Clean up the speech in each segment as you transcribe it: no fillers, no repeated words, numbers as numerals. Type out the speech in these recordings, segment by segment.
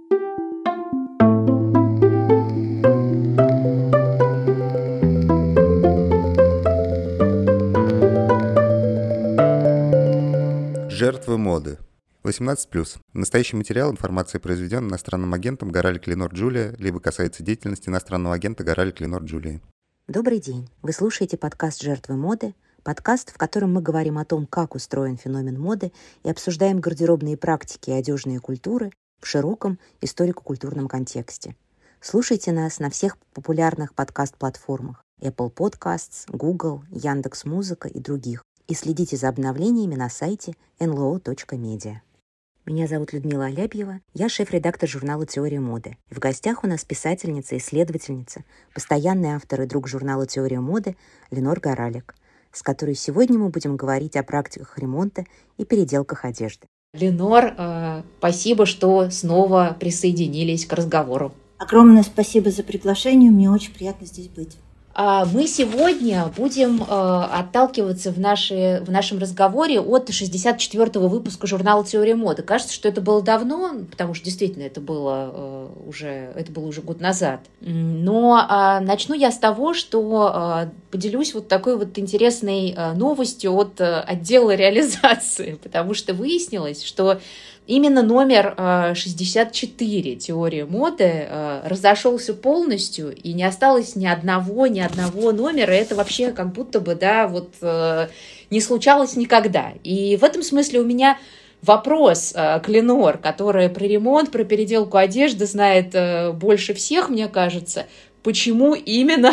Жертвы моды. 18+. Настоящий материал информации произведен иностранным агентом Горалик Ленор Джулия, либо касается деятельности иностранного агента Горалик Ленор Джулии. Добрый день. Вы слушаете подкаст «Жертвы моды», подкаст, в котором мы говорим о том, как устроен феномен моды, и обсуждаем гардеробные практики и одежные культуры в широком историко-культурном контексте. Слушайте нас на всех популярных подкаст-платформах Apple Podcasts, Google, Яндекс.Музыка и других. И следите за обновлениями на сайте nlo.media. Меня зовут Людмила Алябьева, я шеф-редактор журнала «Теория моды». И в гостях у нас писательница, исследовательница, постоянный автор и друг журнала «Теория моды» Ленор Горалик, с которой сегодня мы будем говорить о практиках ремонта и переделках одежды. Ленор, спасибо, что снова присоединились к разговору. Огромное спасибо за приглашение, мне очень приятно здесь быть. Мы сегодня будем отталкиваться в нашем разговоре от 64-го выпуска журнала «Теория моды». Кажется, что это было давно, потому что действительно это было уже год назад. Но начну я с того, что поделюсь вот такой вот интересной новостью от отдела реализации, потому что выяснилось, что именно номер 64 «Теория моды» разошелся полностью, и не осталось ни одного номера. Это вообще как будто бы, не случалось никогда. И в этом смысле у меня вопрос к Ленор, которая про ремонт, про переделку одежды знает больше всех, мне кажется. Почему именно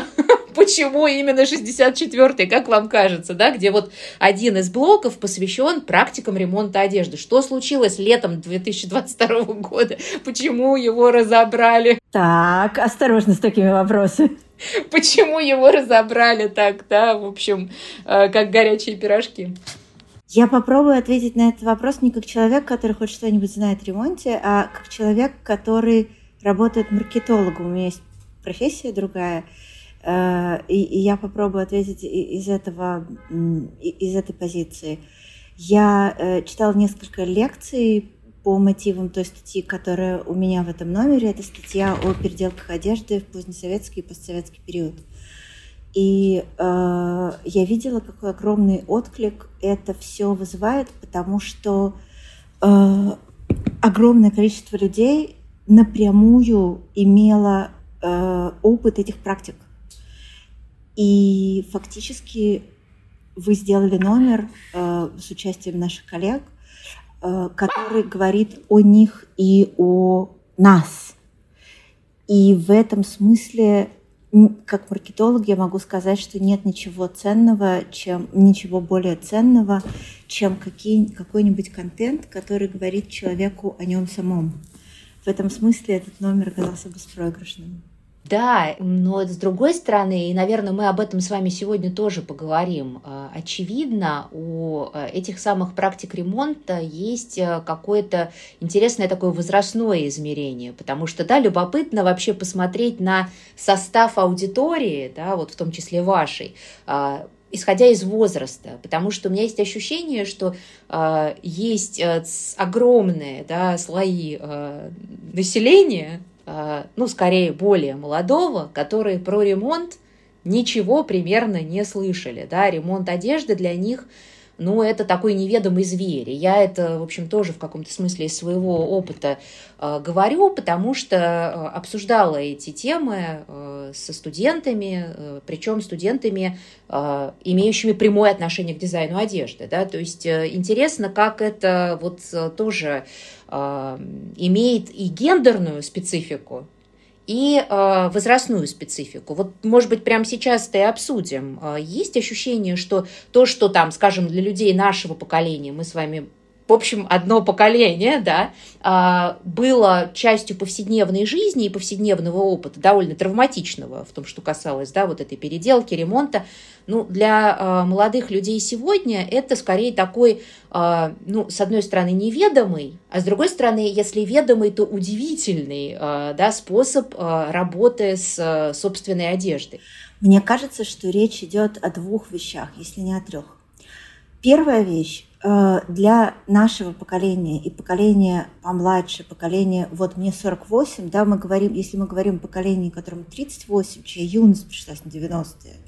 64-й, как вам кажется, да, где вот один из блоков посвящен практикам ремонта одежды? Что случилось летом 2022 года? Почему его разобрали? Так, осторожно с такими вопросами. Почему его разобрали так, да, в общем, как горячие пирожки? Я попробую ответить на этот вопрос не как человек, который хоть что-нибудь знает о ремонте, а как человек, который работает маркетологом. У меня есть профессия другая, и я попробую ответить из этой позиции. Я читала несколько лекций по мотивам той статьи, которая у меня в этом номере. Это статья о переделках одежды в позднесоветский и постсоветский период. И я видела, какой огромный отклик это все вызывает, потому что огромное количество людей напрямую имело опыт этих практик. И фактически вы сделали номер с участием наших коллег, который говорит о них и о нас. И в этом смысле, как маркетолог, я могу сказать, что нет ничего более ценного, чем какой-нибудь контент, который говорит человеку о нем самом. В этом смысле этот номер оказался беспроигрышным. Да, но с другой стороны, и, наверное, мы об этом с вами сегодня тоже поговорим, очевидно, у этих самых практик ремонта есть какое-то интересное такое возрастное измерение, потому что, да, любопытно вообще посмотреть на состав аудитории, да, вот в том числе вашей, исходя из возраста, потому что у меня есть ощущение, что есть огромные, да, слои населения, скорее более молодого, которые про ремонт ничего примерно не слышали. Да? Ремонт одежды для них, это такой неведомый зверь. И я это, в общем, тоже в каком-то смысле из своего опыта говорю, потому что обсуждала эти темы со студентами, причем студентами, имеющими прямое отношение к дизайну одежды. Да? То есть интересно, как это вот тоже имеет и гендерную специфику, и возрастную специфику. Вот, может быть, прямо сейчас это и обсудим. Есть ощущение, что то, что там, скажем, для людей нашего поколения, мы с вами, в общем, одно поколение, да, было частью повседневной жизни и повседневного опыта, довольно травматичного в том, что касалось, да, вот этой переделки, ремонта. Для молодых людей сегодня это скорее такой, с одной стороны, неведомый, а с другой стороны, если ведомый, то удивительный, да, способ работы с собственной одеждой. Мне кажется, что речь идет о двух вещах, если не о трех. Первая вещь Для нашего поколения и поколения помладше, поколения, вот мне 48, да, мы говорим, если мы говорим о поколении, которому 38, чья юность пришлась на 90-е,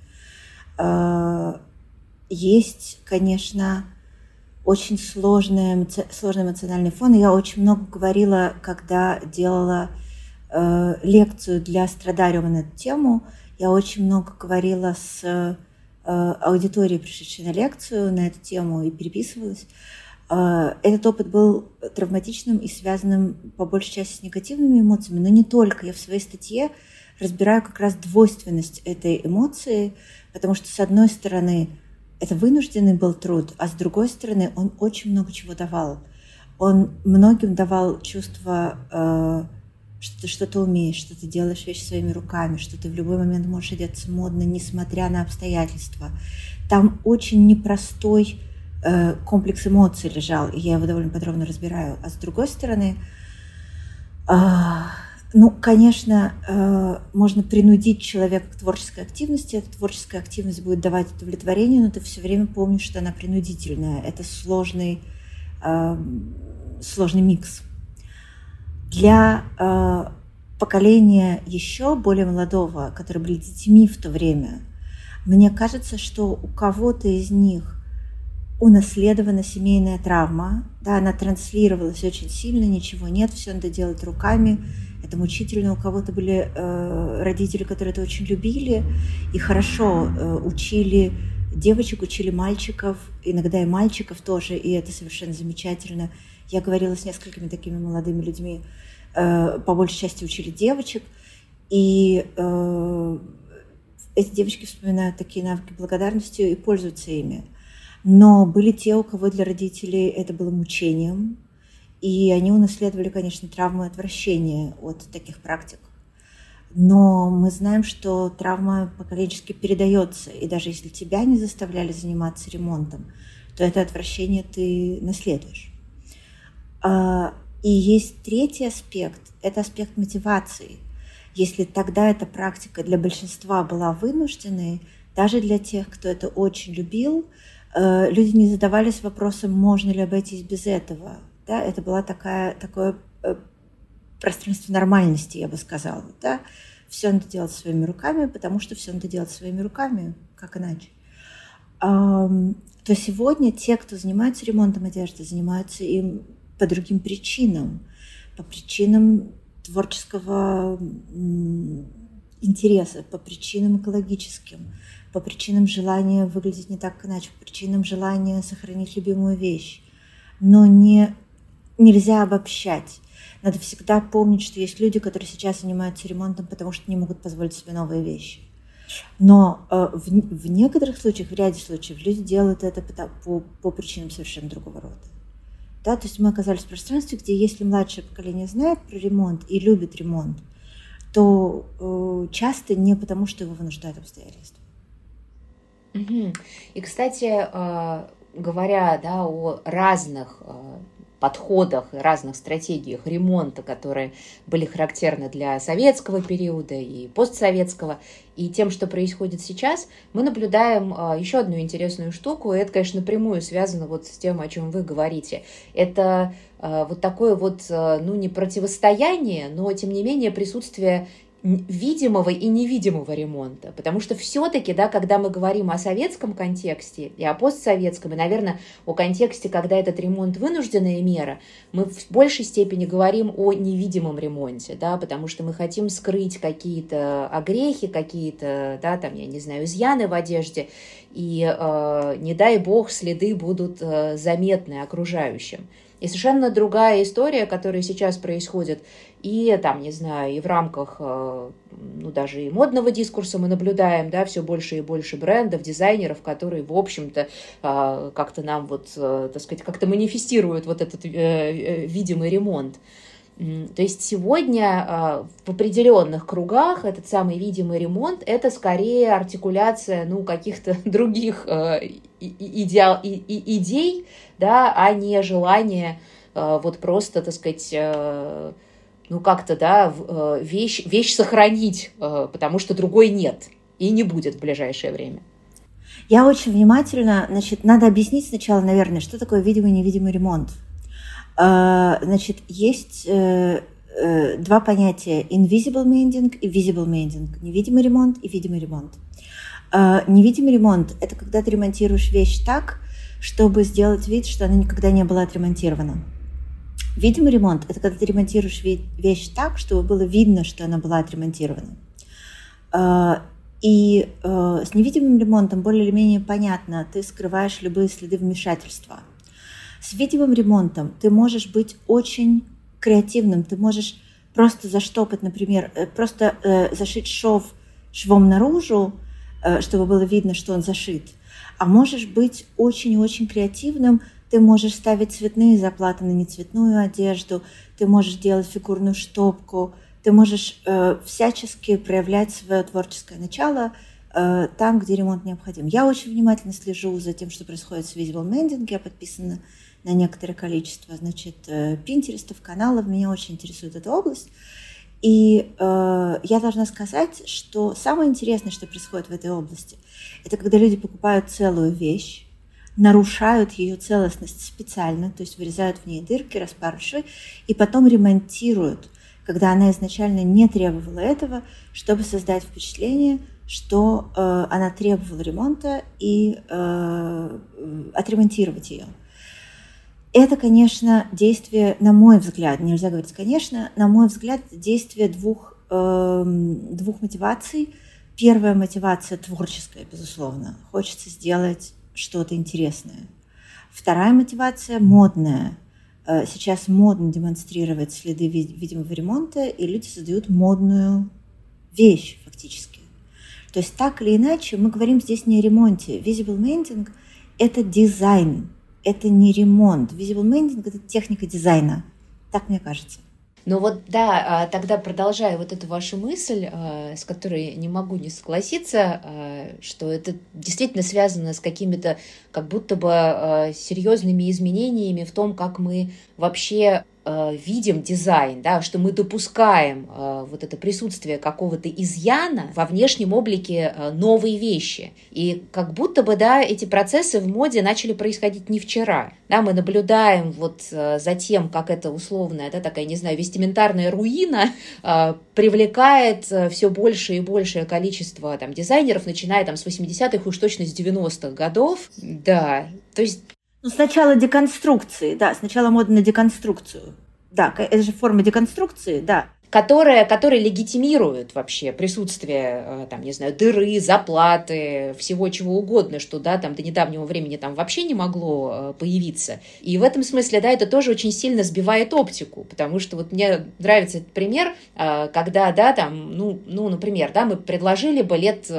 есть, конечно, очень сложный эмоциональный фон. И я очень много говорила, когда делала лекцию для Страдариума на эту тему, я очень много говорила с аудиторией, пришедшей на лекцию на эту тему, и переписывалась. Этот опыт был травматичным и связанным по большей части с негативными эмоциями, но не только. Я в своей статье разбираю как раз двойственность этой эмоции, потому что, с одной стороны, это вынужденный был труд, а с другой стороны, он очень много чего давал. Он многим давал чувство, что ты что-то умеешь, что ты делаешь вещи своими руками, что ты в любой момент можешь одеться модно, несмотря на обстоятельства. Там очень непростой комплекс эмоций лежал, и я его довольно подробно разбираю. А с другой стороны, конечно, можно принудить человека к творческой активности. Эта творческая активность будет давать удовлетворение, но ты все время помнишь, что она принудительная. Это сложный микс. Для поколения еще более молодого, которые были детьми в то время, мне кажется, что у кого-то из них унаследована семейная травма, да, она транслировалась очень сильно, ничего нет, все надо делать руками, это мучительно. У кого-то были родители, которые это очень любили и хорошо учили девочек, учили мальчиков, иногда и мальчиков тоже, и это совершенно замечательно. Я говорила с несколькими такими молодыми людьми, по большей части учили девочек, и эти девочки вспоминают такие навыки благодарности и пользуются ими. Но были те, у кого для родителей это было мучением, и они унаследовали, конечно, травму и отвращение от таких практик. Но мы знаем, что травма поколенчески передается, и даже если тебя не заставляли заниматься ремонтом, то это отвращение ты наследуешь. И есть третий аспект, это аспект мотивации. Если тогда эта практика для большинства была вынужденной, даже для тех, кто это очень любил, люди не задавались вопросом, можно ли обойтись без этого. Да? Это было такое пространство нормальности, я бы сказала. Да? Все надо делать своими руками, потому что все надо делать своими руками, как иначе. То сегодня те, кто занимается ремонтом одежды, занимаются им по другим причинам, по причинам творческого интереса, по причинам экологическим, по причинам желания выглядеть не так, как иначе, по причинам желания сохранить любимую вещь. Но нельзя обобщать. Надо всегда помнить, что есть люди, которые сейчас занимаются ремонтом, потому что не могут позволить себе новые вещи. Но в некоторых случаях, в ряде случаев, люди делают это по причинам совершенно другого рода. Да, то есть мы оказались в пространстве, где если младшее поколение знает про ремонт и любит ремонт, то часто не потому, что его вынуждают обстоятельства. И, кстати, говоря, да, о разных подходах и разных стратегиях ремонта, которые были характерны для советского периода и постсоветского, и тем, что происходит сейчас, мы наблюдаем еще одну интересную штуку, и это, конечно, напрямую связано вот с тем, о чем вы говорите. Это вот такое вот, не противостояние, но, тем не менее, присутствие видимого и невидимого ремонта. Потому что все-таки, да, когда мы говорим о советском контексте и о постсоветском, и, наверное, о контексте, когда этот ремонт вынужденная мера, мы в большей степени говорим о невидимом ремонте, да, потому что мы хотим скрыть какие-то огрехи, какие-то, да, там, я не знаю, изъяны в одежде, и, не дай бог, следы будут заметны окружающим. И совершенно другая история, которая сейчас происходит, и там, не знаю, и в рамках, даже и модного дискурса мы наблюдаем, да, все больше и больше брендов, дизайнеров, которые, в общем-то, как-то нам вот, так сказать, как-то манифестируют вот этот видимый ремонт. То есть сегодня в определенных кругах этот самый видимый ремонт – это скорее артикуляция, каких-то других идей, да, а не желание вот просто, так сказать, как-то, да, вещь сохранить, потому что другой нет и не будет в ближайшее время. Я очень внимательно, значит, надо объяснить сначала, наверное, что такое видимый и невидимый ремонт. Значит, есть два понятия: invisible mending и visible mending. Невидимый ремонт и видимый ремонт. Невидимый ремонт – это когда ты ремонтируешь вещь так, чтобы сделать вид, что она никогда не была отремонтирована. Видимый ремонт – это когда ты ремонтируешь вещь так, чтобы было видно, что она была отремонтирована. И с невидимым ремонтом более или менее понятно, ты скрываешь любые следы вмешательства. С видимым ремонтом ты можешь быть очень креативным, ты можешь просто заштопать, например, просто зашить шов швом наружу, чтобы было видно, что он зашит. А можешь быть очень-очень креативным, ты можешь ставить цветные заплаты на нецветную одежду, ты можешь делать фигурную штопку, ты можешь всячески проявлять свое творческое начало там, где ремонт необходим. Я очень внимательно слежу за тем, что происходит с Visible Mending. Я подписана на некоторое количество, значит, пинтерестов, каналов. Меня очень интересует эта область. И я должна сказать, что самое интересное, что происходит в этой области, это когда люди покупают целую вещь, нарушают ее целостность специально, то есть вырезают в ней дырки, распарывают швы, и потом ремонтируют, когда она изначально не требовала этого, чтобы создать впечатление, что она требовала ремонта, и отремонтировать ее. Это, конечно, действие, на мой взгляд, нельзя говорить конечно, на мой взгляд, действие двух мотиваций. Первая мотивация творческая, безусловно. Хочется сделать что-то интересное. Вторая мотивация модная. Сейчас модно демонстрировать следы видимого ремонта, и люди создают модную вещь фактически. То есть так или иначе мы говорим здесь не о ремонте. Visible mending – это дизайн. Это не ремонт. Visible mending – это техника дизайна. Так мне кажется. Ну вот да, тогда продолжая вот эту вашу мысль, с которой не могу не согласиться, что это действительно связано с какими-то как будто бы серьезными изменениями в том, как мы вообще видим дизайн, да, что мы допускаем вот это присутствие какого-то изъяна во внешнем облике новой вещи. И как будто бы, да, эти процессы в моде начали происходить не вчера. Да, мы наблюдаем вот за тем, как эта условная, да, такая, не знаю, вестиментарная руина привлекает все большее и большее количество там дизайнеров, начиная там с 80-х, уж точно с 90-х годов. Да, то есть... Ну, сначала деконструкции, да, сначала мода на деконструкцию. Да, это же форма деконструкции, да. Которая легитимирует вообще присутствие, там, не знаю, дыры, заплаты, всего чего угодно, что, да, там до недавнего времени там вообще не могло появиться. И в этом смысле, да, это тоже очень сильно сбивает оптику, потому что вот мне нравится этот пример, когда, да, там, ну, например, да, мы предложили бы лет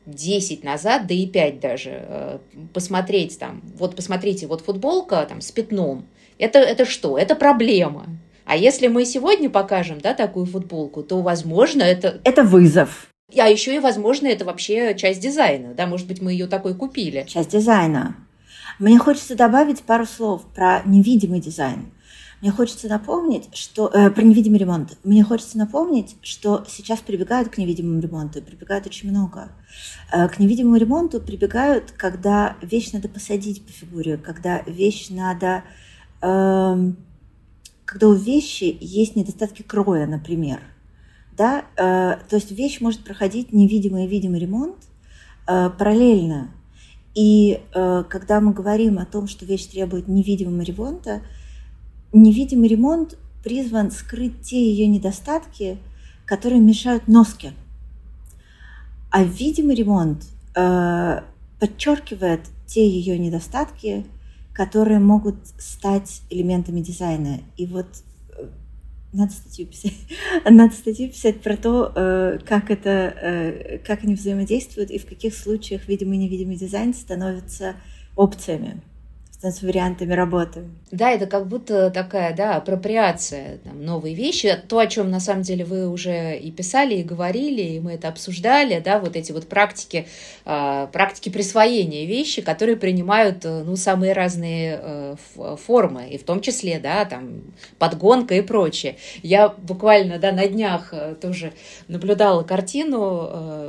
10 назад, да и 5 даже, посмотреть там, вот посмотрите, вот футболка там с пятном, это что? Это проблема. А если мы сегодня покажем, да, такую футболку, то, возможно, это... Это вызов. А еще и, возможно, это вообще часть дизайна. Да, может быть, мы ее такой купили. Часть дизайна. Мне хочется добавить пару слов про невидимый дизайн. Мне хочется напомнить, что... про невидимый ремонт. Мне хочется напомнить, что сейчас прибегают к невидимому ремонту. Прибегают очень много. К невидимому ремонту прибегают, когда вещь надо посадить по фигуре, когда вещь надо... когда у вещи есть недостатки кроя, например. Да? То есть вещь может проходить невидимый и видимый ремонт параллельно. И когда мы говорим о том, что вещь требует невидимого ремонта, невидимый ремонт призван скрыть те ее недостатки, которые мешают носке. А видимый ремонт подчеркивает те ее недостатки, которые могут стать элементами дизайна. И вот надо статью писать про то, как они взаимодействуют и в каких случаях видимый и невидимый дизайн становятся опциями, становятся вариантами работы. Да, это как будто такая, да, апроприация там, новой вещи. То, о чем на самом деле вы уже и писали, и говорили, и мы это обсуждали, да, вот эти вот практики присвоения вещи, которые принимают, ну, самые разные формы, и в том числе, да, там, подгонка и прочее. Я буквально, да, на днях тоже наблюдала картину,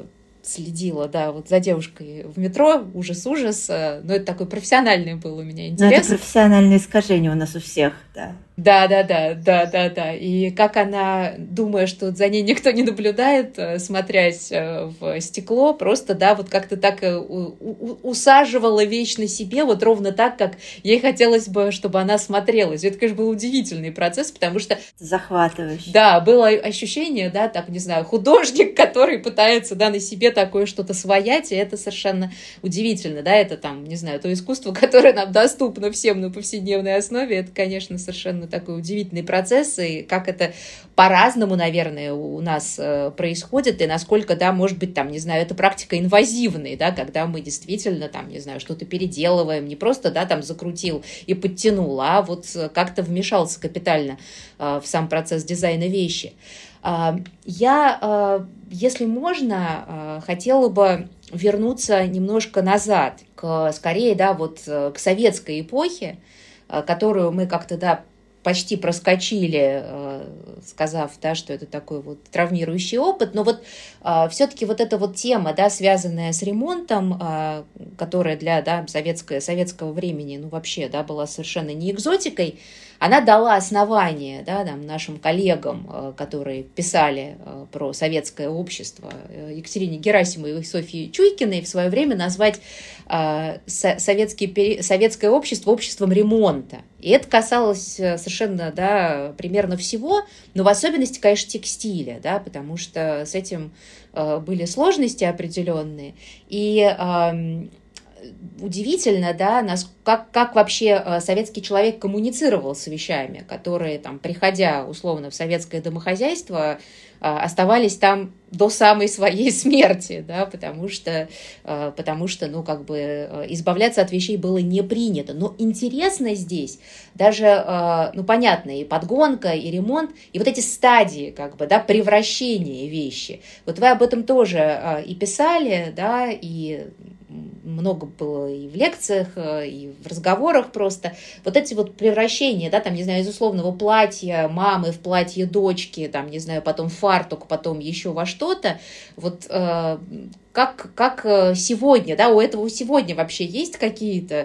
следила, да, вот за девушкой в метро, ужас-ужас, но это такой профессиональный был у меня интерес. Но это профессиональное искажение у нас у всех, да. Да. И как она, думая, что за ней никто не наблюдает, смотрясь в стекло, просто, да, вот как-то так усаживала вещь на себе, вот ровно так, как ей хотелось бы, чтобы она смотрелась. Это, конечно, был удивительный процесс, потому что... Захватывающий. Да, было ощущение, да, так, не знаю, художник, который пытается, да, на себе такое что-то своять, и это совершенно удивительно, да, это там, не знаю, то искусство, которое нам доступно всем на повседневной основе, это, конечно, совершенно такой удивительный процесс, и как это по-разному, наверное, у нас происходит, и насколько, да, может быть, там, не знаю, это практика инвазивная, да, когда мы действительно, там, не знаю, что-то переделываем, не просто, да, там, закрутил и подтянул, а вот как-то вмешался капитально в сам процесс дизайна вещи. Я, если можно, хотела бы вернуться немножко назад, скорее, да, вот к советской эпохе, которую мы как-то, да, почти проскочили, сказав, да, что это такой вот травмирующий опыт, но вот все-таки вот эта вот тема, да, связанная с ремонтом, которая для, да, советского времени, ну, вообще, да, была совершенно не экзотикой, она дала основание, да, там, нашим коллегам, которые писали про советское общество, Екатерине Герасимовой и Софье Чуйкиной, в свое время назвать советское общество обществом ремонта. И это касалось совершенно, да, примерно всего, но в особенности, конечно, текстиля, да, потому что с этим были сложности определенные. И удивительно, да, как вообще советский человек коммуницировал с вещами, которые, там, приходя условно в советское домохозяйство, оставались там до самой своей смерти, да, потому что, ну, как бы избавляться от вещей было не принято. Но интересно здесь даже, ну, понятно, и подгонка, и ремонт, и вот эти стадии, как бы, да, превращения вещи. Вот вы об этом тоже и писали, да, и много было и в лекциях, и в разговорах просто. Вот эти вот превращения, да, там, не знаю, из условного платья мамы в платье дочки, там, не знаю, потом фартук, потом еще во что-то. Вот как сегодня, да, у этого сегодня вообще есть какие-то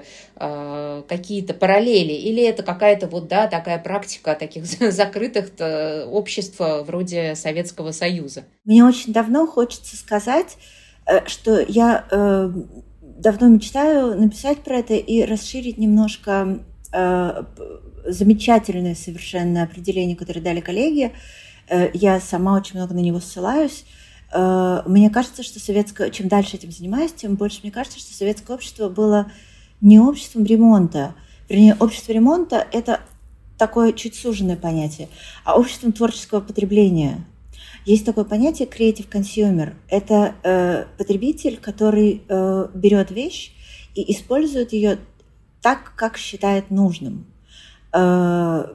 параллели? Или это какая-то вот, да, такая практика таких закрытых обществ вроде Советского Союза? Мне очень давно хочется сказать, что я давно мечтаю написать про это и расширить немножко замечательное совершенно определение, которое дали коллеги. Я сама очень много на него ссылаюсь. Мне кажется, что чем дальше этим занимаюсь, тем больше мне кажется, что советское общество было не обществом ремонта. Вернее, общество ремонта – это такое чуть суженное понятие, а обществом творческого потребления. Есть такое понятие creative consumer. Это потребитель, который берет вещь и использует ее так, как считает нужным. Ну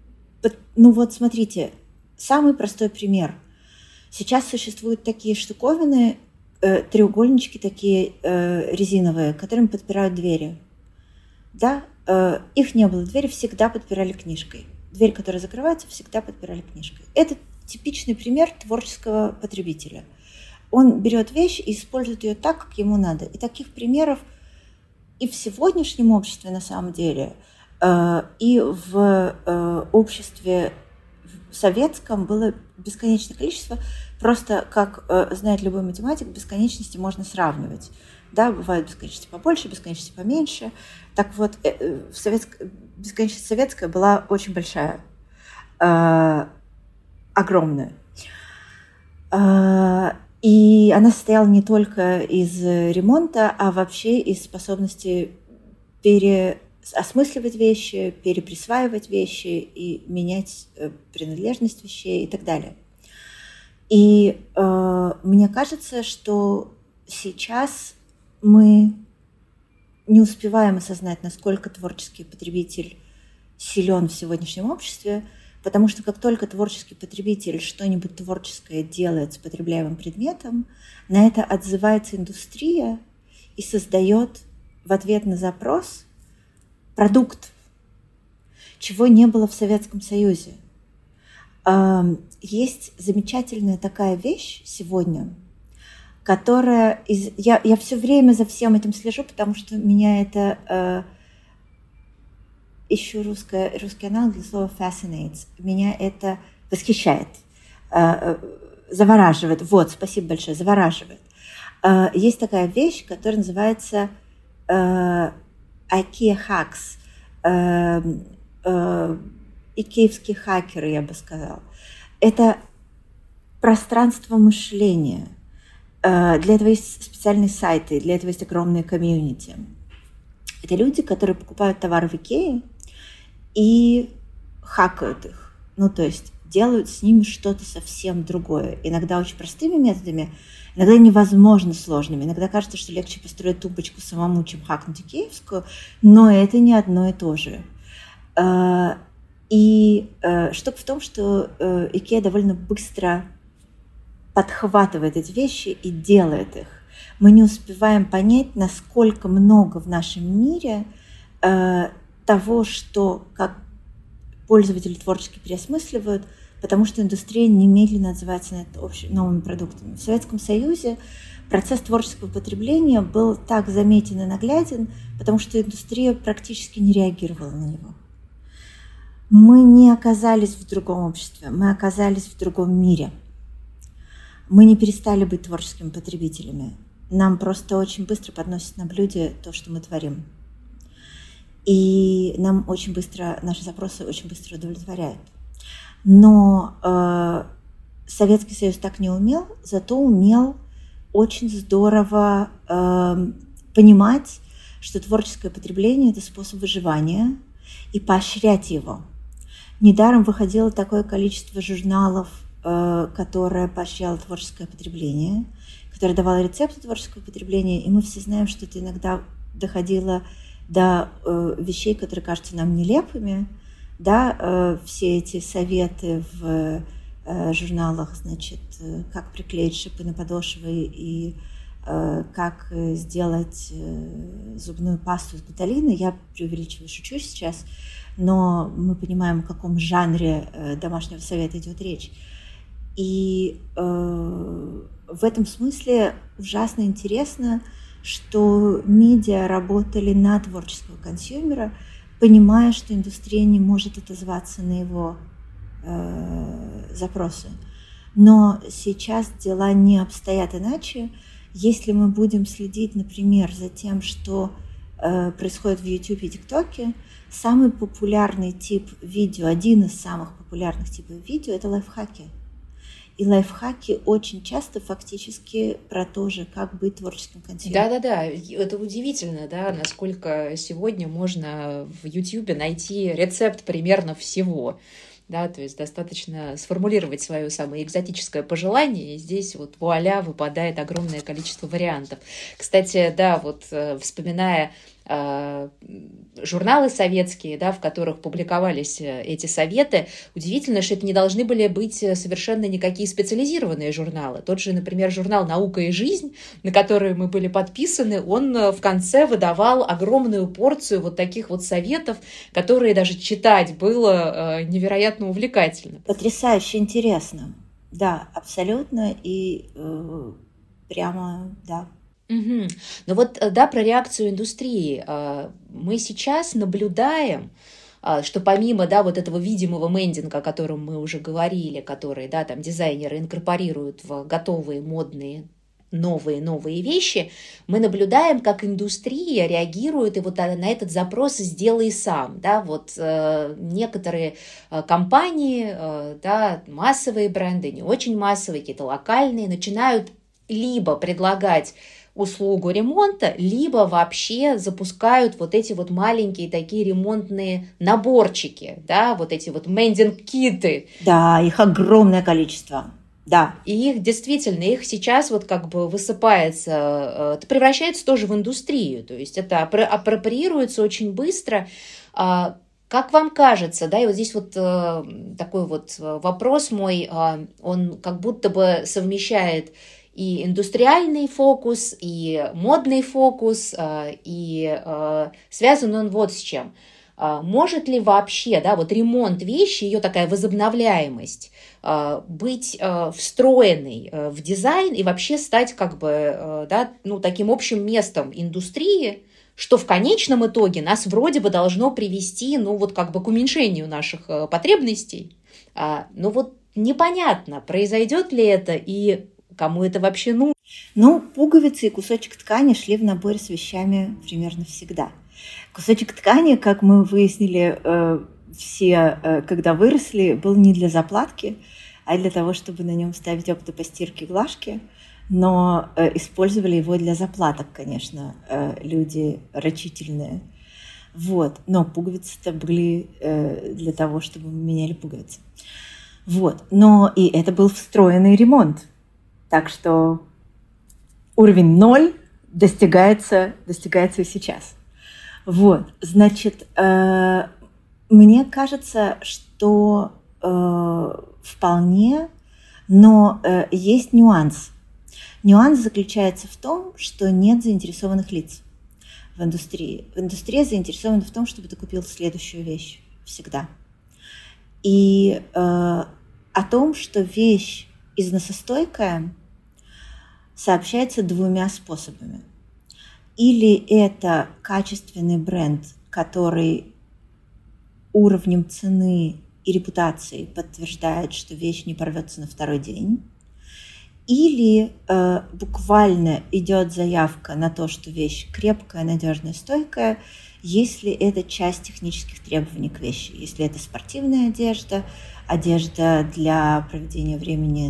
вот смотрите, самый простой пример. Сейчас существуют такие штуковины, треугольнички такие резиновые, которыми подпирают двери. Да, их не было, двери всегда подпирали книжкой. Дверь, которая закрывается, всегда подпирали книжкой. Это типичный пример творческого потребителя. Он берет вещь и использует ее так, как ему надо. И таких примеров и в сегодняшнем обществе на самом деле, и в обществе советском было бесконечное количество. Просто, как знает любой математик, бесконечности можно сравнивать. Да, бывают бесконечности побольше, бесконечности поменьше. Так вот, бесконечность советская была очень большая. Огромная. И она состояла не только из ремонта, а вообще из способности переосмысливать вещи, переприсваивать вещи и менять принадлежность вещей и так далее. И мне кажется, что сейчас мы не успеваем осознать, насколько творческий потребитель силен в сегодняшнем обществе, потому что как только творческий потребитель что-нибудь творческое делает с потребляемым предметом, на это отзывается индустрия и создает в ответ на запрос продукт, чего не было в Советском Союзе. Есть замечательная такая вещь сегодня, которая... Я все время за всем этим слежу, потому что меня это... ищу русский аналог для слова fascinates. Меня это восхищает, завораживает. Вот, спасибо большое, завораживает. Есть такая вещь, которая называется IKEA Hacks. Икеевские хакеры, я бы сказала. Это пространство мышления. Для этого есть специальные сайты, для этого есть огромные комьюнити. Это люди, которые покупают товары в Икее и хакают их. Ну, то есть делают с ними что-то совсем другое. Иногда очень простыми методами, иногда невозможно сложными. Иногда кажется, что легче построить тумбочку самому, чем хакнуть икеевскую, но это не одно и то же. И штука в том, что Икеа довольно быстро подхватывает эти вещи и делает их. Мы не успеваем понять, насколько много в нашем мире того, что как пользователи творчески переосмысливают, потому что индустрия немедленно отзывается на это новыми продуктами. В Советском Союзе процесс творческого потребления был так заметен и нагляден, потому что индустрия практически не реагировала на него. Мы не оказались в другом обществе, мы оказались в другом мире. Мы не перестали быть творческими потребителями. Нам просто очень быстро подносят на блюде то, что мы творим. И нам очень быстро, наши запросы очень быстро удовлетворяют. Но Советский Союз так не умел, зато умел очень здорово понимать, что творческое потребление – это способ выживания, и поощрять его. Недаром выходило такое количество журналов, которое поощряло творческое потребление, которое давало рецепты творческого потребления, и мы все знаем, что это иногда доходило до вещей, которые кажутся нам нелепыми, да, все эти советы в журналах, значит, как приклеить шипы на подошвы и как сделать зубную пасту из гуталина. Я преувеличиваю, шучу сейчас, но мы понимаем, о каком жанре домашнего совета идет речь. И в этом смысле ужасно интересно, что медиа работали на творческого консюмера, понимая, что индустрия не может отозваться на его запросы. Но сейчас дела не обстоят иначе. Если мы будем следить, например, за тем, что происходит в YouTube и TikTok, самый популярный тип видео, один из самых популярных типов видео – это лайфхаки. И лайфхаки очень часто фактически про то же, как быть творческим консюмером. Да-да-да, это удивительно, да, насколько сегодня можно в YouTube найти рецепт примерно всего. Да, то есть достаточно сформулировать свое самое экзотическое пожелание, и здесь вот вуаля выпадает огромное количество вариантов. Кстати, да, вот вспоминая журналы советские, да, в которых публиковались эти советы, удивительно, что это не должны были быть совершенно никакие специализированные журналы. Тот же, например, журнал «Наука и жизнь», на который мы были подписаны, он в конце выдавал огромную порцию вот таких вот советов, которые даже читать было невероятно увлекательно. Потрясающе интересно. Да, абсолютно. И прямо, да. Угу. Ну вот, да, про реакцию индустрии. Мы сейчас наблюдаем, что помимо, да, вот этого видимого мендинга, о котором мы уже говорили, который, да, там дизайнеры инкорпорируют в готовые модные новые вещи, мы наблюдаем, как индустрия реагирует и вот на этот запрос «сделай сам». Да, вот некоторые компании, да, массовые бренды, не очень массовые, какие-то локальные, начинают либо предлагать услугу ремонта, либо вообще запускают вот эти вот маленькие такие ремонтные наборчики, да, вот эти вот мендинг-киты. Да, их огромное количество. Да. И их действительно, их сейчас вот как бы высыпается, это превращается тоже в индустрию, то есть это апроприируется очень быстро. Как вам кажется, да, и вот здесь вот такой вот вопрос мой, он как будто бы совмещает и индустриальный фокус, и модный фокус, и связан он вот с чем. Может ли вообще, да, вот ремонт вещи, ее такая возобновляемость, быть встроенной в дизайн и вообще стать как бы, да, ну, таким общим местом индустрии, что в конечном итоге нас вроде бы должно привести, ну, вот как бы к уменьшению наших потребностей. Но вот непонятно, произойдет ли это и кому это вообще нужно. Ну, пуговицы и кусочек ткани шли в наборе с вещами примерно всегда. Кусочек ткани, как мы выяснили все, когда выросли, был не для заплатки, а для того, чтобы на нем ставить опыты по стирке и глажке. Но использовали его для заплаток, конечно, люди рачительные. Вот. Но пуговицы-то были для того, чтобы мы меняли пуговицы. Вот. Но и это был встроенный ремонт. Так что уровень 0 достигается и сейчас. Вот. Значит, мне кажется, что вполне, но есть нюанс. Нюанс заключается в том, что нет заинтересованных лиц в индустрии. Индустрия заинтересована в том, чтобы ты купил следующую вещь всегда. И о том, что вещь износостойкая, сообщается двумя способами. Или это качественный бренд, который уровнем цены и репутации подтверждает, что вещь не порвется на второй день. Или буквально идет заявка на то, что вещь крепкая, надежная, стойкая, если это часть технических требований к вещи. Если это спортивная одежда, одежда для проведения времени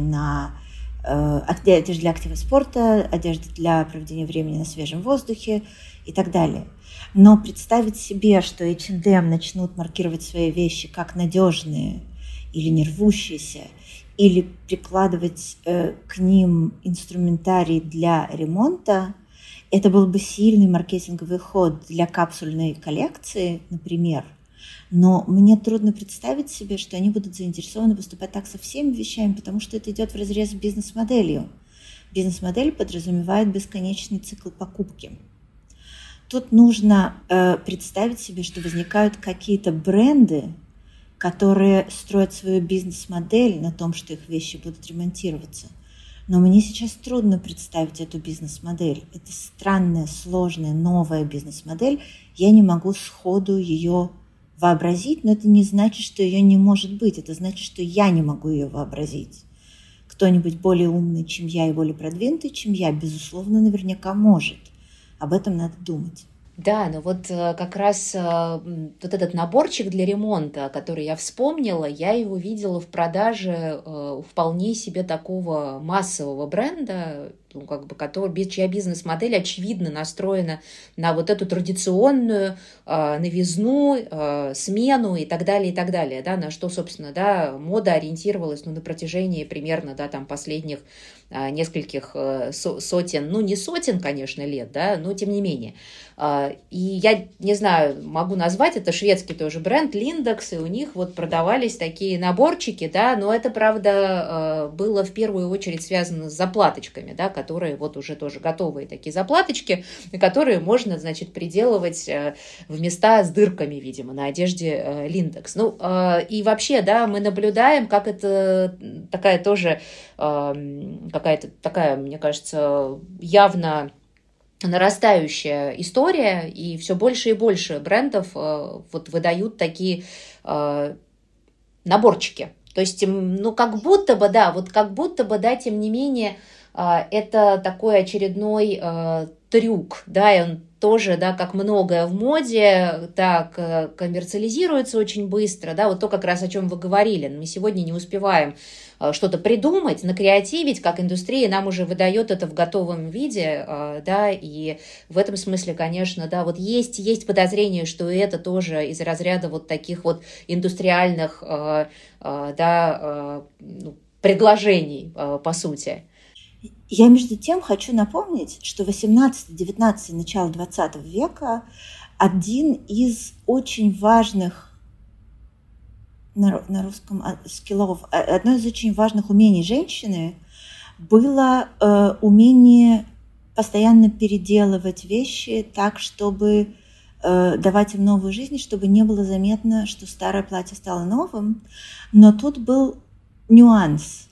одежда для активного спорта, одежда для проведения времени на свежем воздухе и так далее. Но представить себе, что H&M начнут маркировать свои вещи как надежные или не рвущиеся, или прикладывать к ним инструментарий для ремонта, это был бы сильный маркетинговый ход для капсульной коллекции, например. Но мне трудно представить себе, что они будут заинтересованы поступать так со всеми вещами, потому что это идет вразрез с бизнес-моделью. Бизнес-модель подразумевает бесконечный цикл покупки. Тут нужно представить себе, что возникают какие-то бренды, которые строят свою бизнес-модель на том, что их вещи будут ремонтироваться. Но мне сейчас трудно представить эту бизнес-модель. Это странная, сложная, новая бизнес-модель. Я не могу сходу ее вообразить, но это не значит, что ее не может быть. Это значит, что я не могу ее вообразить. Кто-нибудь более умный, чем я, и более продвинутый, чем я, безусловно, наверняка может. Об этом надо думать. Да, но вот как раз вот этот наборчик для ремонта, который я вспомнила, я его видела в продаже вполне себе такого массового бренда, ну, как бы, чья бизнес-модель очевидно настроена на вот эту традиционную новизну, смену и так далее, да, на что, собственно, да, мода ориентировалась, ну, на протяжении примерно, да, там, последних нескольких сотен, ну, не сотен, конечно, лет, да, но тем не менее. И я не знаю, могу назвать, это шведский тоже бренд, Lindex, и у них вот продавались такие наборчики, да, но это, правда, было в первую очередь связано с заплаточками, да, которые вот уже тоже готовые такие заплаточки, которые можно, значит, приделывать в места с дырками, видимо, на одежде Lindex. Ну, и вообще, да, мы наблюдаем, как это такая тоже какая-то такая, мне кажется, явно нарастающая история, и все больше и больше брендов вот выдают такие наборчики. То есть, ну, как будто бы, да, тем не менее, это такой очередной трюк, да, и он тоже, да, как многое в моде, так коммерциализируется очень быстро, да, вот то как раз о чем вы говорили. Мы сегодня не успеваем что-то придумать, накреативить, как индустрия нам уже выдает это в готовом виде, да, и в этом смысле, конечно, да, вот есть подозрение, что это тоже из разряда вот таких вот индустриальных, да, предложений, по сути. Я, между тем, хочу напомнить, что 18-19 начало 20 века один из очень важных на русском скиллов, одно из очень важных умений женщины было умение постоянно переделывать вещи так, чтобы давать им новую жизнь, чтобы не было заметно, что старое платье стало новым. Но тут был нюанс.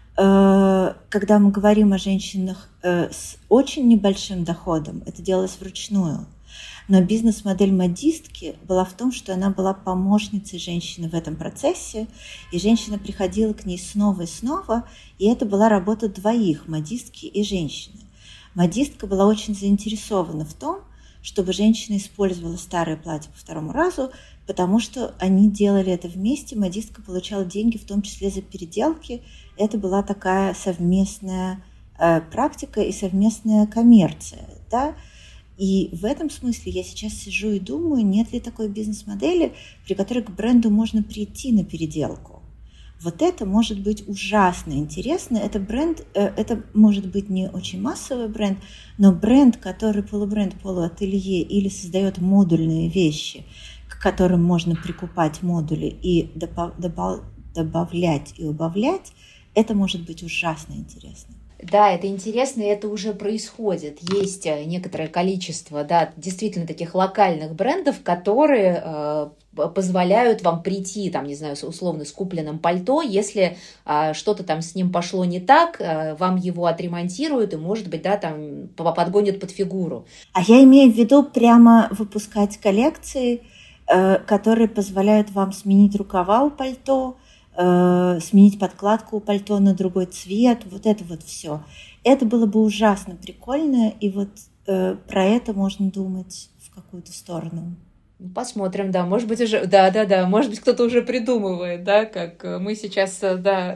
Когда мы говорим о женщинах с очень небольшим доходом, это делалось вручную. Но бизнес-модель модистки была в том, что она была помощницей женщины в этом процессе, и женщина приходила к ней снова и снова, и это была работа двоих, модистки и женщины. Модистка была очень заинтересована в том, чтобы женщина использовала старое платье по второму разу, потому что они делали это вместе, модистка получала деньги, в том числе за переделки. Это была такая совместная практика и совместная коммерция, да? И в этом смысле я сейчас сижу и думаю, нет ли такой бизнес-модели, при которой к бренду можно прийти на переделку. Вот это может быть ужасно интересно. Это бренд, это может быть не очень массовый бренд, но бренд, который полубренд, полуателье или создает модульные вещи, к которым можно прикупать модули и добавлять и убавлять, это может быть ужасно интересно. Да, это интересно, и это уже происходит. Есть некоторое количество, да, действительно таких локальных брендов, которые позволяют вам прийти, там, не знаю, условно, с купленным пальто, если что-то там с ним пошло не так, вам его отремонтируют и, может быть, да, там подгонят под фигуру. А я имею в виду прямо выпускать коллекции, которые позволяют вам сменить рукава у пальто, сменить подкладку у пальто на другой цвет, вот это вот все. Это было бы ужасно прикольно, и вот про это можно думать в какую-то сторону. Посмотрим, да, может быть уже, да, может быть кто-то уже придумывает, да, как мы сейчас, да.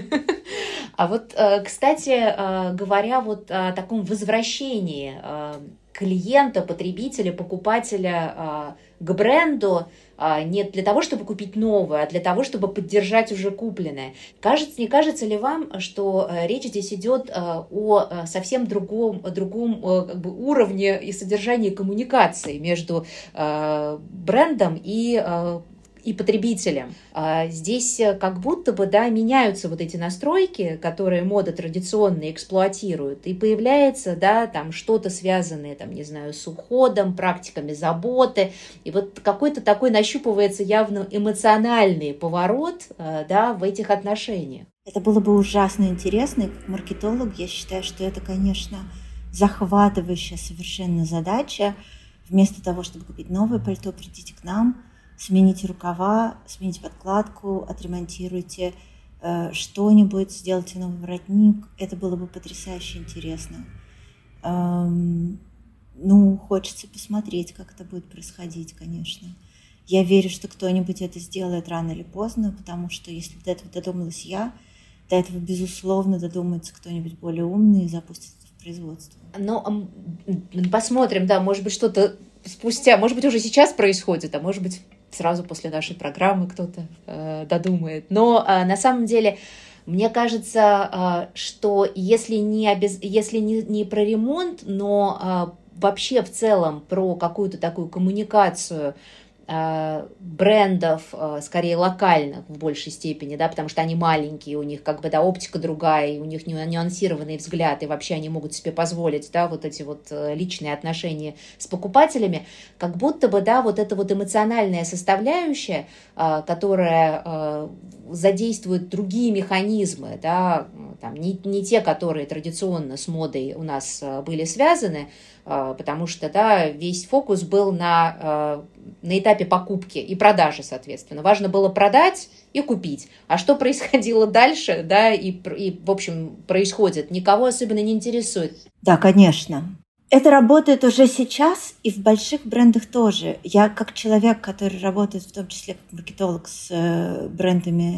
А вот, кстати, говоря вот о таком возвращении клиента, потребителя, покупателя к бренду, не для того, чтобы купить новое, а для того, чтобы поддержать уже купленное. Не кажется ли вам, что речь здесь идет о совсем другом как бы, уровне и содержании коммуникации между брендом и потребителям? Здесь как будто бы, да, меняются вот эти настройки, которые мода традиционно эксплуатирует, и появляется, да, там что-то связанное, там, не знаю, с уходом, практиками заботы, и вот какой-то такой нащупывается явно эмоциональный поворот, да, в этих отношениях. Это было бы ужасно интересно, и как маркетолог я считаю, что это, конечно, захватывающая совершенно задача. Вместо того, чтобы купить новое пальто, придите к нам, смените рукава, смените подкладку, отремонтируйте что-нибудь, сделайте новый воротник. Это было бы потрясающе интересно. Хочется посмотреть, как это будет происходить, конечно. Я верю, что кто-нибудь это сделает рано или поздно, потому что если до этого додумалась я, до этого, безусловно, додумается кто-нибудь более умный и запустит это в производство. Посмотрим, да, может быть, что-то спустя, может быть, уже сейчас происходит, а может быть, сразу после нашей программы кто-то додумает. Но на самом деле, мне кажется, что если не про ремонт, но вообще в целом про какую-то такую коммуникацию брендов, скорее локальных в большей степени, да, потому что они маленькие, у них как бы, да, оптика другая, и у них нюансированный взгляд, и вообще они могут себе позволить, да, вот эти вот личные отношения с покупателями, как будто бы, да, вот эта вот эмоциональная составляющая, которая задействует другие механизмы, да, там, не те, которые традиционно с модой у нас были связаны, потому что, да, весь фокус был на этапе покупки и продажи, соответственно. Важно было продать и купить. А что происходило дальше, да, и в общем, происходит, никого особенно не интересует. Да, конечно. Это работает уже сейчас и в больших брендах тоже. Я как человек, который работает в том числе как маркетолог с брендами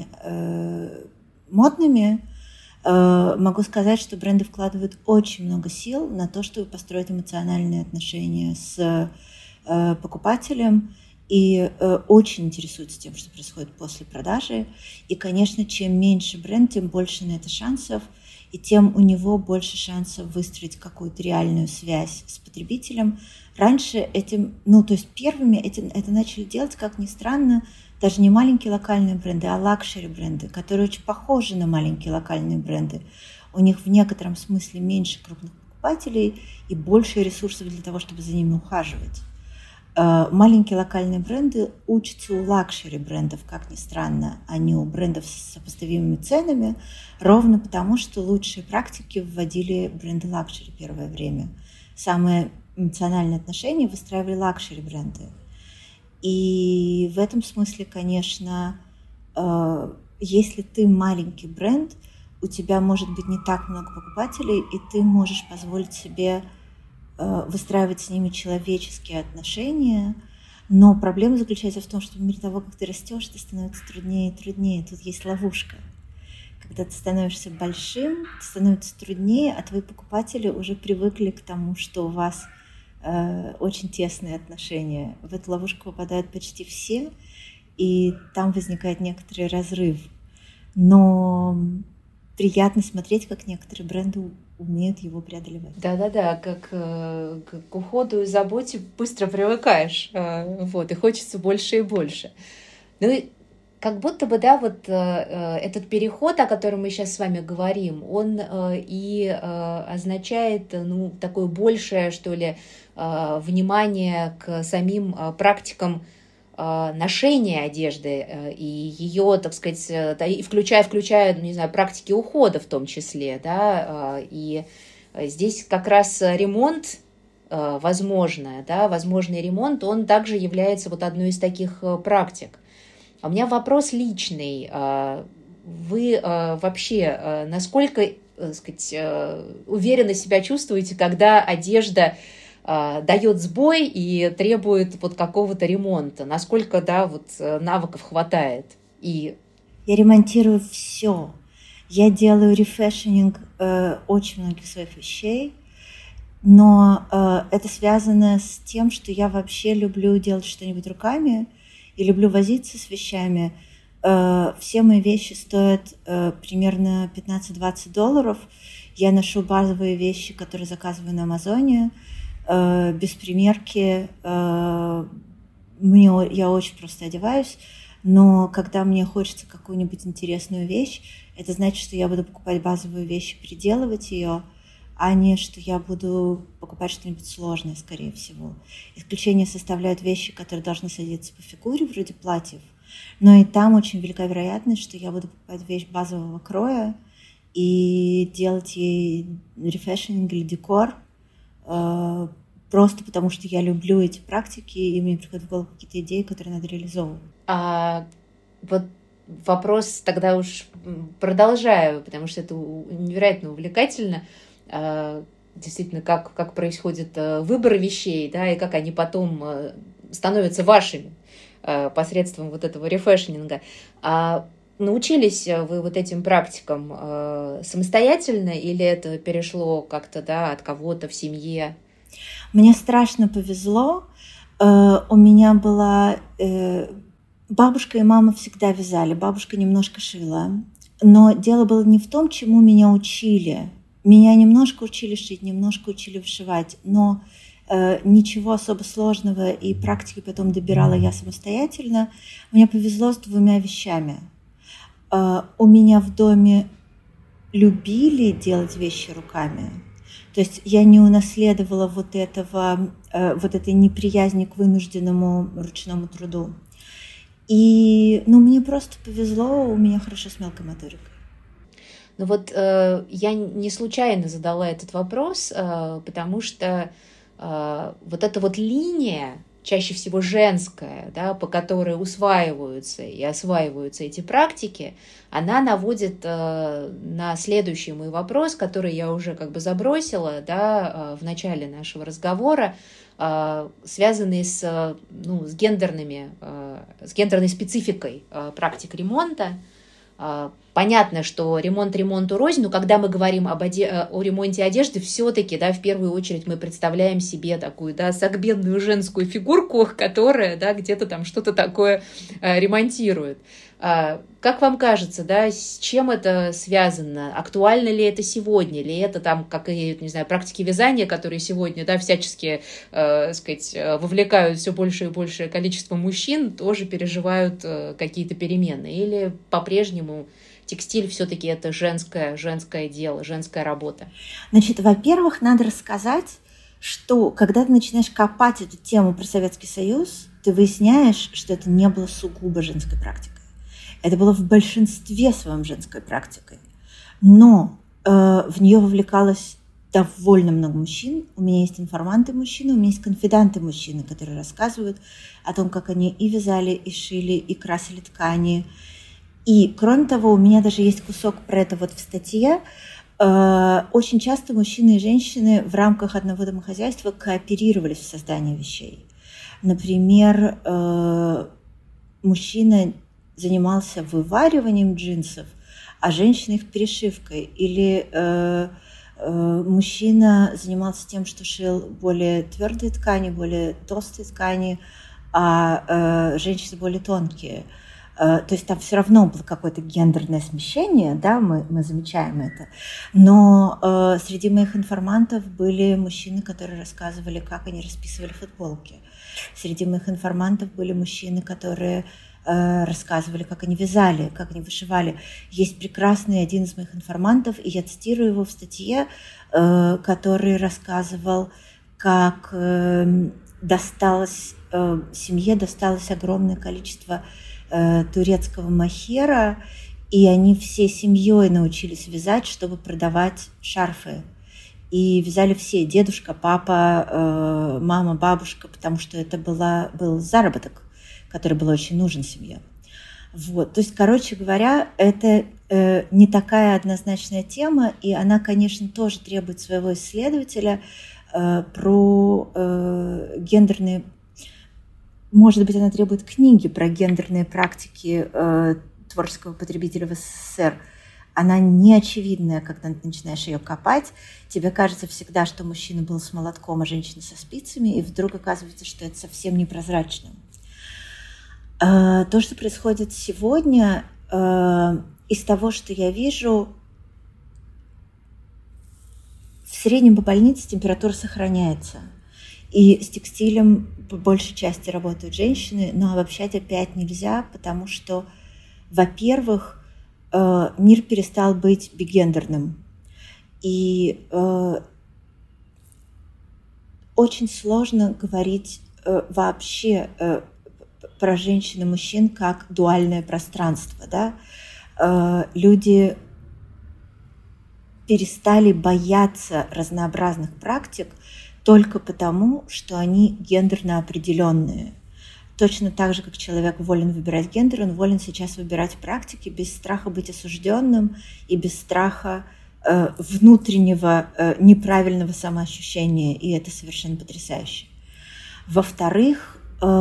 модными, могу сказать, что бренды вкладывают очень много сил на то, чтобы построить эмоциональные отношения с покупателем и очень интересуются тем, что происходит после продажи. И, конечно, чем меньше бренд, тем больше на это шансов, и тем у него больше шансов выстроить какую-то реальную связь с потребителем. Раньше первыми это начали делать, как ни странно, даже не маленькие локальные бренды, а лакшери-бренды, которые очень похожи на маленькие локальные бренды. У них в некотором смысле меньше крупных покупателей и больше ресурсов для того, чтобы за ними ухаживать. Маленькие локальные бренды учатся у лакшери брендов, как ни странно, а не у брендов с сопоставимыми ценами, ровно потому, что лучшие практики вводили бренды лакшери первое время. Самые эмоциональные отношения выстраивали лакшери бренды. И в этом смысле, конечно, если ты маленький бренд, у тебя может быть не так много покупателей, и ты можешь позволить себе выстраивать с ними человеческие отношения, но проблема заключается в том, что в мере того, как ты растешь, это становится труднее и труднее. Тут есть ловушка. Когда ты становишься большим, это становится труднее, а твои покупатели уже привыкли к тому, что у вас очень тесные отношения. В эту ловушку попадают почти все, и там возникает некоторый разрыв. Но приятно смотреть, как некоторые бренды умеют его преодолевать. Да-да-да, как к уходу и заботе быстро привыкаешь, вот, и хочется больше и больше. Ну и как будто бы, да, вот этот переход, о котором мы сейчас с вами говорим, он и означает, ну, такое большее, что ли, внимание к самим практикам ношения одежды и ее, так сказать, и включая, ну, не знаю, практики ухода в том числе, да, и здесь как раз ремонт, возможный ремонт, он также является вот одной из таких практик. А у меня вопрос личный. Вы вообще насколько, так сказать, уверенно себя чувствуете, когда одежда дает сбой и требует вот какого-то ремонта? Насколько, да, вот навыков хватает? Я ремонтирую все. Я делаю рефэшенинг очень многих своих вещей, но это связано с тем, что я вообще люблю делать что-нибудь руками и люблю возиться с вещами. Все мои вещи стоят примерно $15-20. Я ношу базовые вещи, которые заказываю на Амазоне, без примерки. Я очень просто одеваюсь, но когда мне хочется какую-нибудь интересную вещь, это значит, что я буду покупать базовую вещь и переделывать ее, а не что я буду покупать что-нибудь сложное, скорее всего. Исключение составляют вещи, которые должны садиться по фигуре, вроде платьев, но и там очень велика вероятность, что я буду покупать вещь базового кроя и делать ей рефэшенинг или декор, просто потому что я люблю эти практики, и мне приходят в голову какие-то идеи, которые надо реализовывать. Вот вопрос тогда уж продолжаю, потому что это невероятно увлекательно. Действительно, как происходит выбор вещей, да, и как они потом становятся вашими посредством вот этого рефэшенинга. Научились вы вот этим практикам самостоятельно, или это перешло как-то, да, от кого-то в семье? Мне страшно повезло. У меня была... Бабушка и мама всегда вязали, бабушка немножко шила. Но дело было не в том, чему меня учили. Меня немножко учили шить, немножко учили вышивать, но ничего особо сложного, и практики потом добирала я самостоятельно. Мне повезло с 2 вещами. У меня в доме любили делать вещи руками. То есть я не унаследовала вот этой неприязни к вынужденному ручному труду. И мне просто повезло, у меня хорошо с мелкой моторикой. Ну вот я не случайно задала этот вопрос, потому что вот эта вот линия, чаще всего женская, да, по которой усваиваются и осваиваются эти практики, она наводит на следующий мой вопрос, который я уже как бы забросила, да, в начале нашего разговора, связанный с гендерной спецификой практик ремонта. Понятно, что ремонт ремонту рознь, но когда мы говорим о ремонте одежды, все-таки, да, в первую очередь мы представляем себе такую, да, согбенную женскую фигурку, которая, да, где-то там что-то такое ремонтирует. Как вам кажется, да, с чем это связано? Актуально ли это сегодня? Или это там, как и, не знаю, практики вязания, которые сегодня, да, всячески, сказать, вовлекают все больше и большее количество мужчин, тоже переживают какие-то перемены? Или по-прежнему текстиль все-таки это женское дело, женская работа? Значит, во-первых, надо рассказать, что когда ты начинаешь копать эту тему про Советский Союз, ты выясняешь, что это не было сугубо женской практикой. Это было в большинстве своем женской практикой. Но в нее вовлекалось довольно много мужчин. У меня есть информанты мужчины, у меня есть конфиданты мужчины, которые рассказывают о том, как они и вязали, и шили, и красили ткани. И, кроме того, у меня даже есть кусок про это вот в статье. Очень часто мужчины и женщины в рамках одного домохозяйства кооперировались в создании вещей. Например, мужчина занимался вывариванием джинсов, а женщина их перешивкой. Или мужчина занимался тем, что шил более твердые ткани, более толстые ткани, а женщины более тонкие. То есть там все равно было какое-то гендерное смещение, да, мы замечаем это. Но среди моих информантов были мужчины, которые рассказывали, как они расписывали футболки. Среди моих информантов были мужчины, которые рассказывали, как они вязали, как они вышивали. Есть прекрасный один из моих информантов, и я цитирую его в статье, который рассказывал, как семье досталось огромное количество турецкого мохера, и они всей семьей научились вязать, чтобы продавать шарфы. И вязали все: дедушка, папа, мама, бабушка, потому что это был заработок, который был очень нужен семье. Вот. То есть, короче говоря, это не такая однозначная тема, и она, конечно, тоже требует своего исследователя про гендерные. Может быть, она требует книги про гендерные практики творческого потребителя в СССР. Она не очевидная, когда ты начинаешь ее копать. Тебе кажется всегда, что мужчина был с молотком, а женщина со спицами, и вдруг оказывается, что это совсем непрозрачно. То, что происходит сегодня, из того, что я вижу, в среднем по больнице температура сохраняется. И с текстилем по большей части работают женщины, но обобщать опять нельзя, потому что, во-первых, мир перестал быть бигендерным. И очень сложно говорить вообще про женщин и мужчин как дуальное пространство. Да? Люди перестали бояться разнообразных практик только потому, что они гендерно определенные. Точно так же, как человек волен выбирать гендер, он волен сейчас выбирать практики без страха быть осужденным и без страха внутреннего неправильного самоощущения. И это совершенно потрясающе. Во-вторых,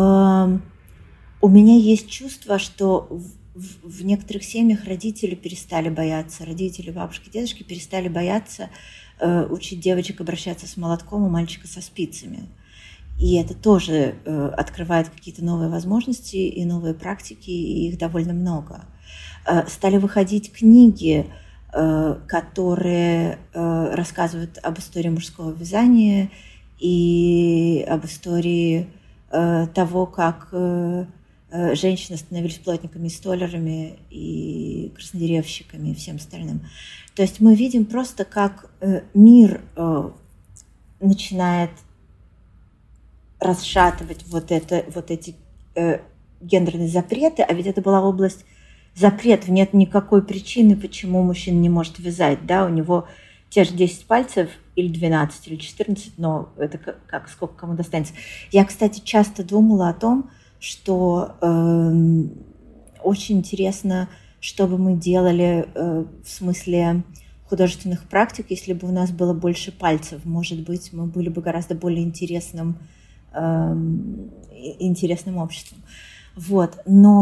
у меня есть чувство, что в некоторых семьях родители перестали бояться, родители, бабушки, дедушки перестали бояться учить девочек обращаться с молотком, а мальчика со спицами. И это тоже открывает какие-то новые возможности и новые практики, и их довольно много. Стали выходить книги, которые рассказывают об истории мужского вязания и об истории того, как женщины становились плотниками и столярами, и краснодеревщиками, и всем остальным. То есть мы видим просто, как мир начинает расшатывать вот эти гендерные запреты, а ведь это была область запретов. Нет никакой причины, почему мужчина не может вязать. Да? У него те же 10 пальцев, или 12, или 14, но это как сколько кому достанется. Я, кстати, часто думала о том, что очень интересно, что бы мы делали в смысле художественных практик, если бы у нас было больше пальцев. Может быть, мы были бы гораздо более интересным обществом. Вот.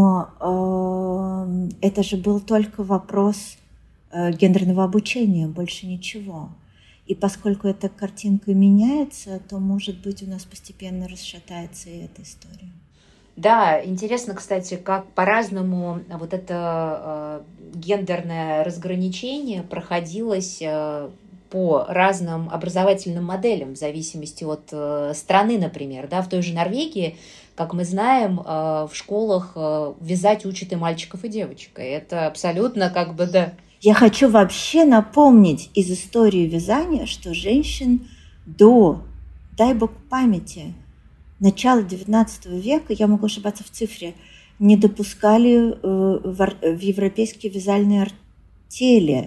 Но это же был только вопрос гендерного обучения, больше ничего. И поскольку эта картинка меняется, то, может быть, у нас постепенно расшатается и эта история. Да, интересно, кстати, как по-разному вот это гендерное разграничение проходилось по разным образовательным моделям в зависимости от страны, например. Да, в той же Норвегии, как мы знаем, в школах вязать учат и мальчиков, и девочек. И это абсолютно да. Я хочу вообще напомнить из истории вязания, что женщин до дай бог памяти, начала XIX века, я могу ошибаться в цифре, не допускали в европейские вязальные артели.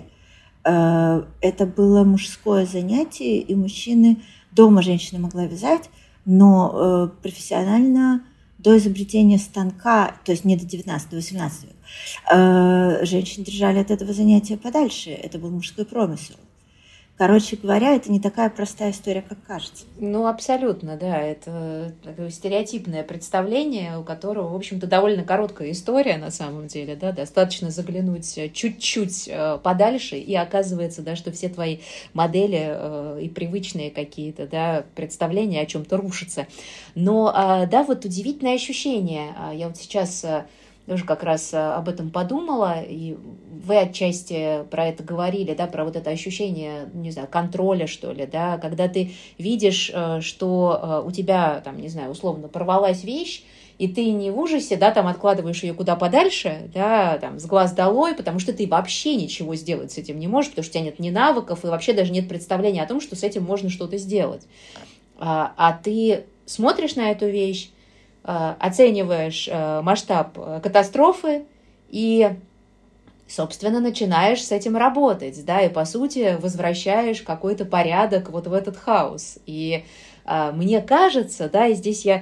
Это было мужское занятие, и мужчины... Дома женщина могла вязать, но профессионально до изобретения станка, то есть не до 19, до 18 века, женщин держали от этого занятия подальше. Это был мужской промысел. Короче говоря, это не такая простая история, как кажется. Ну, абсолютно, да. Это такое стереотипное представление, у которого, в общем-то, довольно короткая история на самом деле. Да? Достаточно заглянуть чуть-чуть подальше, и оказывается, да, что все твои модели и привычные какие-то, да, представления о чем-то рушатся. Но, да, вот удивительное ощущение. Я вот сейчас... тоже как раз об этом подумала, и вы отчасти про это говорили, да, про вот это ощущение, не знаю, контроля, что ли, да, когда ты видишь, что у тебя, там, не знаю, условно порвалась вещь, и ты не в ужасе, да, там откладываешь ее куда подальше, да, там, с глаз долой, потому что ты вообще ничего сделать с этим не можешь, потому что у тебя нет ни навыков, и вообще даже нет представления о том, что с этим можно что-то сделать. А ты смотришь на эту вещь, оцениваешь масштаб катастрофы и, собственно, начинаешь с этим работать, да, и, по сути, возвращаешь какой-то порядок вот в этот хаос. И мне кажется, да, и здесь я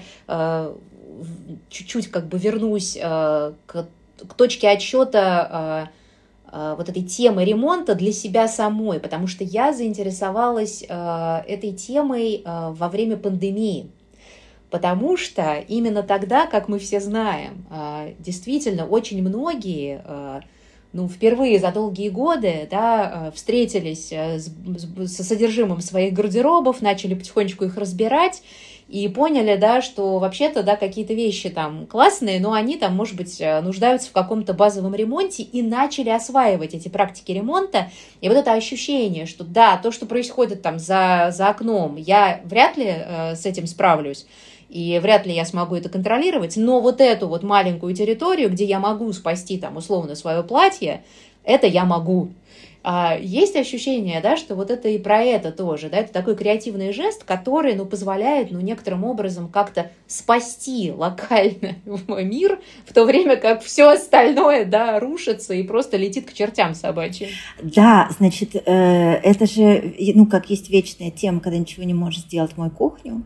чуть-чуть как бы вернусь к точке отсчета вот этой темы ремонта для себя самой, потому что я заинтересовалась этой темой во время пандемии. Потому что именно тогда, как мы все знаем, действительно очень многие, ну, впервые за долгие годы, да, встретились со содержимым своих гардеробов, начали потихонечку их разбирать и поняли, да, что вообще-то, да, какие-то вещи там классные, но они там, может быть, нуждаются в каком-то базовом ремонте, и начали осваивать эти практики ремонта. И вот это ощущение, что да, то, что происходит там за окном, я вряд ли с этим справлюсь, и вряд ли я смогу это контролировать, но вот эту вот маленькую территорию, где я могу спасти там условно свое платье, это я могу. Есть ощущение, да, что вот это и про это тоже, да, это такой креативный жест, который, ну, позволяет, ну, некоторым образом как-то спасти локально мир, в то время как все остальное, да, рушится и просто летит к чертям собачьим. Да, значит, это же, ну, как есть вечная тема, когда ничего не можешь сделать, мою кухню.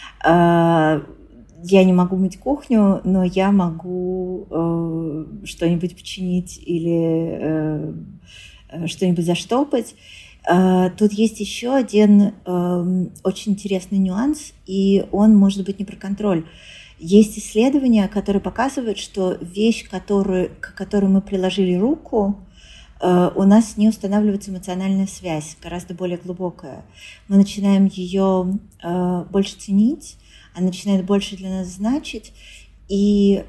Я не могу мыть кухню, но я могу что-нибудь починить или что-нибудь заштопать. Тут есть еще один очень интересный нюанс, и он может быть не про контроль. Есть исследования, которые показывают, что вещь, к которой мы приложили руку, у нас не устанавливается эмоциональная связь, гораздо более глубокая. Мы начинаем ее больше ценить, она начинает больше для нас значить. И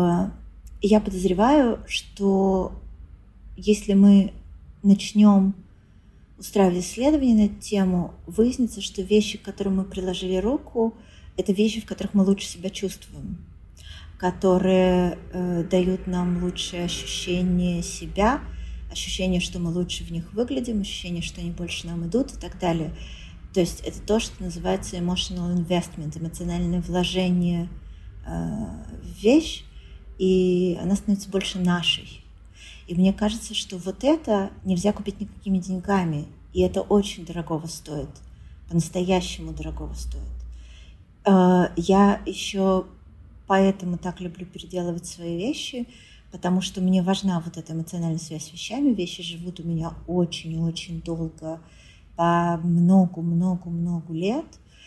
я подозреваю, что если мы начнем устраивать исследования на эту тему, выяснится, что вещи, к которым мы приложили руку, это вещи, в которых мы лучше себя чувствуем, которые дают нам лучшее ощущение себя, ощущение, что мы лучше в них выглядим, ощущение, что они больше нам идут и так далее. То есть это то, что называется emotional investment, эмоциональное вложение в вещь, и она становится больше нашей. И мне кажется, что вот это нельзя купить никакими деньгами, и это очень дорогого стоит, по-настоящему дорогого стоит. Я еще поэтому так люблю переделывать свои вещи, потому что мне важна вот эта эмоциональная связь с вещами. Вещи живут у меня очень-очень долго, по много-много-много лет,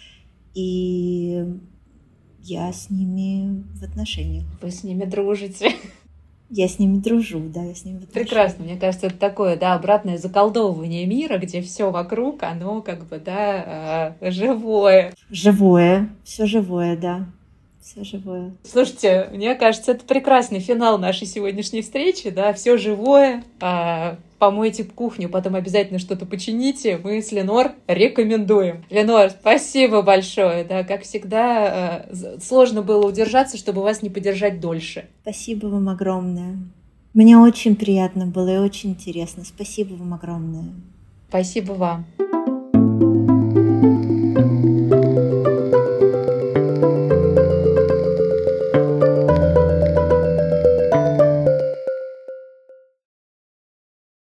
и я с ними в отношениях. Вы с ними дружите. Я с ними дружу, да, я с ними в отношениях. Прекрасно, мне кажется, это такое, да, обратное заколдовывание мира, где все вокруг, оно как бы, да, живое. Живое, все живое, да. Все живое. Слушайте, мне кажется, это прекрасный финал нашей сегодняшней встречи, да, все живое, помойте кухню, потом обязательно что-то почините, мы с Ленор рекомендуем. Ленор, спасибо большое, да, как всегда, сложно было удержаться, чтобы вас не подержать дольше. Спасибо вам огромное. Мне очень приятно было и очень интересно. Спасибо вам огромное. Спасибо вам.